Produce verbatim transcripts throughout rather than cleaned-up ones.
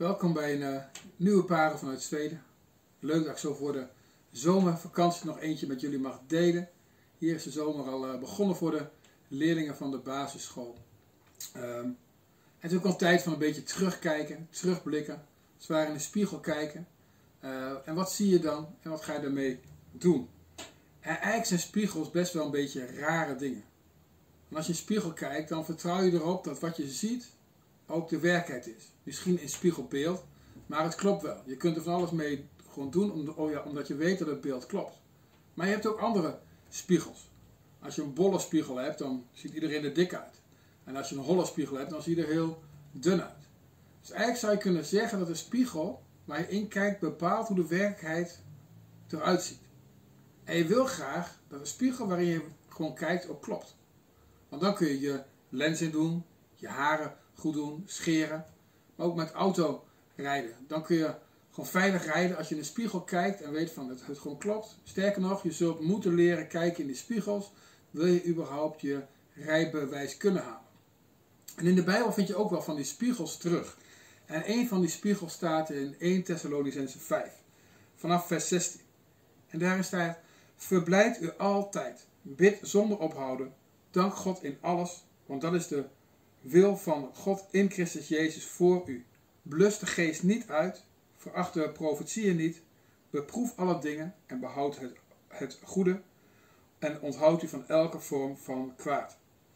Welkom bij een uh, nieuwe parel vanuit Zweden. Leuk dat ik zo voor de zomervakantie nog eentje met jullie mag delen. Hier is de zomer al uh, begonnen voor de leerlingen van de basisschool. Um, het is ook al tijd van een beetje terugkijken, terugblikken. Als het ware in de spiegel kijken. Uh, en wat zie je dan en wat ga je daarmee doen? En eigenlijk zijn spiegels best wel een beetje rare dingen. En als je in de spiegel kijkt, dan vertrouw je erop dat wat je ziet ook de werkelijkheid is. Misschien in spiegelbeeld, maar het klopt wel. Je kunt er van alles mee gewoon doen, omdat je weet dat het beeld klopt. Maar je hebt ook andere spiegels. Als je een bolle spiegel hebt, dan ziet iedereen er dik uit. En als je een holle spiegel hebt, dan zie je er heel dun uit. Dus eigenlijk zou je kunnen zeggen dat een spiegel waar je in kijkt bepaalt hoe de werkelijkheid eruit ziet. En je wil graag dat een spiegel waarin je gewoon kijkt ook klopt. Want dan kun je je lens in doen, je haren goed doen, scheren. Maar ook met auto rijden. Dan kun je gewoon veilig rijden als je in de spiegel kijkt en weet van dat het gewoon klopt. Sterker nog, je zult moeten leren kijken in de spiegels. Wil je überhaupt je rijbewijs kunnen halen. En in de Bijbel vind je ook wel van die spiegels terug. En een van die spiegels staat in eerste Thessalonicenzen vijf. Vanaf vers zestien. En daarin staat: verblijd u altijd. Bid zonder ophouden. Dank God in alles. Want dat is de wil van God in Christus Jezus voor u. Blus de geest niet uit. Veracht de profetieën niet. Beproef alle dingen en behoud het, het goede. En onthoud u van elke vorm van kwaad.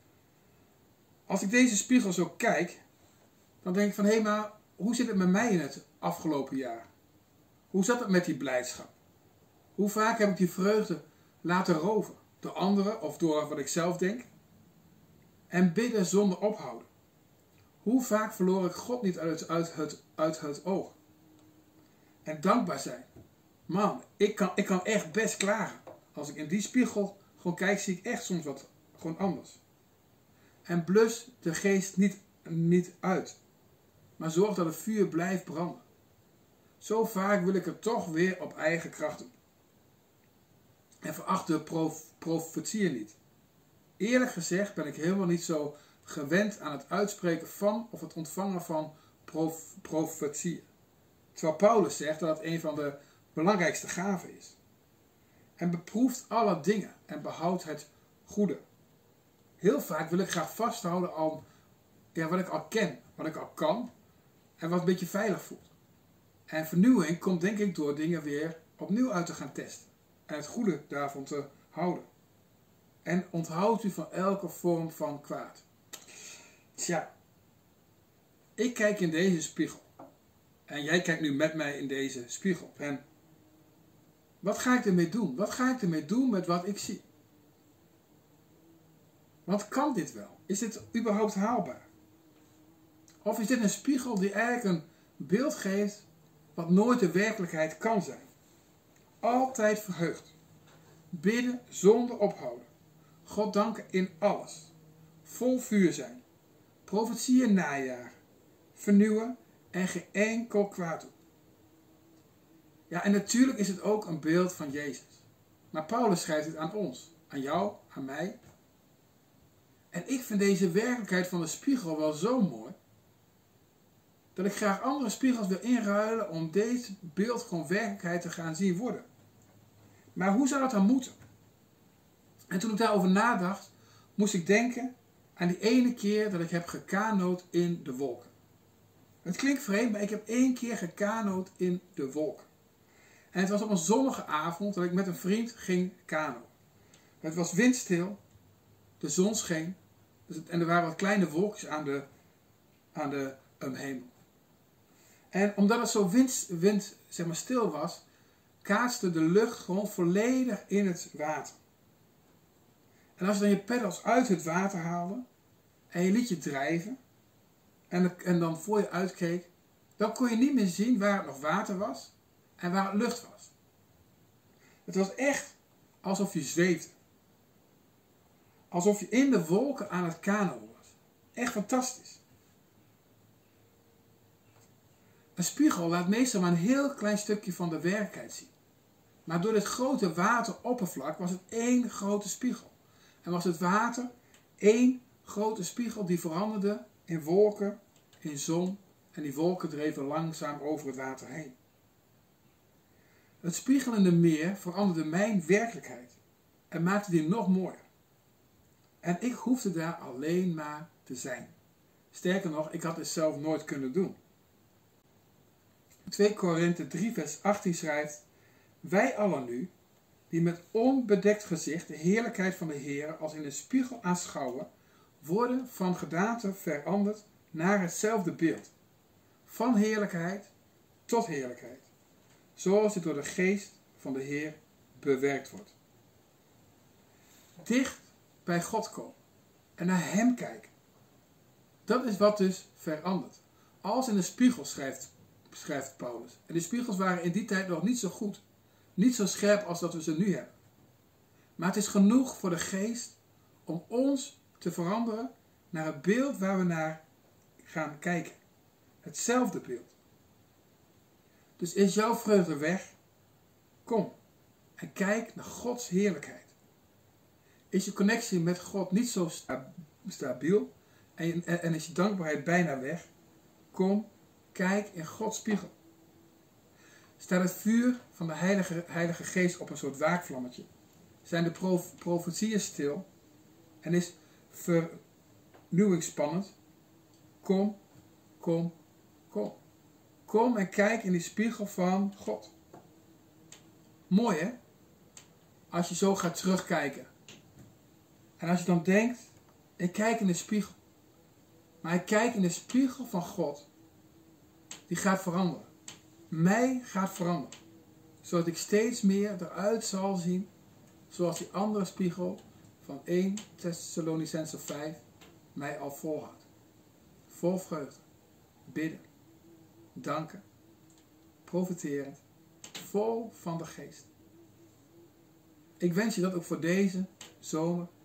Als ik deze spiegel zo kijk, dan denk ik van, hé, hey, maar hoe zit het met mij in het afgelopen jaar? Hoe zat het met die blijdschap? Hoe vaak heb ik die vreugde laten roven? Door anderen of door wat ik zelf denk? En bidden zonder ophouden. Hoe vaak verloor ik God niet uit, uit, het, uit het oog? En dankbaar zijn. Man, ik kan, ik kan echt best klagen. Als ik in die spiegel gewoon kijk, zie ik echt soms wat gewoon anders. En blus de geest niet, niet uit. Maar zorg dat het vuur blijft branden. Zo vaak wil ik het toch weer op eigen kracht doen. En veracht de prof, profetieën niet. Eerlijk gezegd ben ik helemaal niet zo gewend aan het uitspreken van of het ontvangen van prof, profetieën. Terwijl Paulus zegt dat het een van de belangrijkste gaven is. En beproeft alle dingen en behoudt het goede. Heel vaak wil ik graag vasthouden aan ja, wat ik al ken, wat ik al kan en wat een beetje veilig voelt. En vernieuwing komt denk ik door dingen weer opnieuw uit te gaan testen. En het goede daarvan te houden. En onthoud u van elke vorm van kwaad. Tja, ik kijk in deze spiegel. En jij kijkt nu met mij in deze spiegel. En wat ga ik ermee doen? Wat ga ik ermee doen met wat ik zie? Want kan dit wel? Is dit überhaupt haalbaar? Of is dit een spiegel die eigenlijk een beeld geeft wat nooit de werkelijkheid kan zijn? Altijd verheugd. Bidden zonder ophouden. God danken in alles. Vol vuur zijn. Profetieën najagen. Vernieuwen en geen enkel kwaad doen. Ja, en natuurlijk is het ook een beeld van Jezus. Maar Paulus schrijft het aan ons. Aan jou, aan mij. En ik vind deze werkelijkheid van de spiegel wel zo mooi. Dat ik graag andere spiegels wil inruilen om deze beeld gewoon werkelijkheid te gaan zien worden. Maar hoe zou dat dan moeten? En toen ik daarover nadacht, moest ik denken aan die ene keer dat ik heb gekanoot in de wolken. Het klinkt vreemd, maar ik heb één keer gekanoot in de wolken. En het was op een zonnige avond dat ik met een vriend ging kanoën. Het was windstil, de zon scheen en er waren wat kleine wolkjes aan de, aan de um, hemel. En omdat het zo wind, wind zeg maar, stil was, kaatste de lucht gewoon volledig in het water. En als je dan je peddels uit het water haalde en je liet je drijven en, en dan voor je uitkeek, dan kon je niet meer zien waar het nog water was en waar het lucht was. Het was echt alsof je zweefde. Alsof je in de wolken aan het kanoën was. Echt fantastisch. Een spiegel laat meestal maar een heel klein stukje van de werkelijkheid zien. Maar door dit grote wateroppervlak was het één grote spiegel. En was het water één grote spiegel die veranderde in wolken, in zon en die wolken dreven langzaam over het water heen. Het spiegelende meer veranderde mijn werkelijkheid en maakte die nog mooier. En ik hoefde daar alleen maar te zijn. Sterker nog, ik had het zelf nooit kunnen doen. twee Korinthe drie vers achttien schrijft: wij allen nu, die met onbedekt gezicht de heerlijkheid van de Heer als in een spiegel aanschouwen, worden van gedaante veranderd naar hetzelfde beeld. Van heerlijkheid tot heerlijkheid. Zoals het door de geest van de Heer bewerkt wordt. Dicht bij God komen en naar Hem kijken. Dat is wat dus verandert. Als in een spiegel schrijft, schrijft Paulus. En die spiegels waren in die tijd nog niet zo goed. Niet zo scherp als dat we ze nu hebben. Maar het is genoeg voor de geest om ons te veranderen naar het beeld waar we naar gaan kijken. Hetzelfde beeld. Dus is jouw vreugde weg? Kom en kijk naar Gods heerlijkheid. Is je connectie met God niet zo stabiel en, en is je dankbaarheid bijna weg? Kom, kijk in Gods spiegel. Staat het vuur van de Heilige, Heilige Geest op een soort waakvlammetje? Zijn de prof, profetieën stil? En is vernieuwing spannend? Kom, kom, kom. Kom en kijk in die spiegel van God. Mooi hè? Als je zo gaat terugkijken. En als je dan denkt, ik kijk in de spiegel. Maar ik kijk in de spiegel van God. Die gaat veranderen. Mij gaat veranderen. Zodat ik steeds meer eruit zal zien. Zoals die andere spiegel van eerste Thessalonicenzen vijf mij al volhoudt. Vol vreugde. Bidden. Danken. Profiterend. Vol van de geest. Ik wens je dat ook voor deze zomer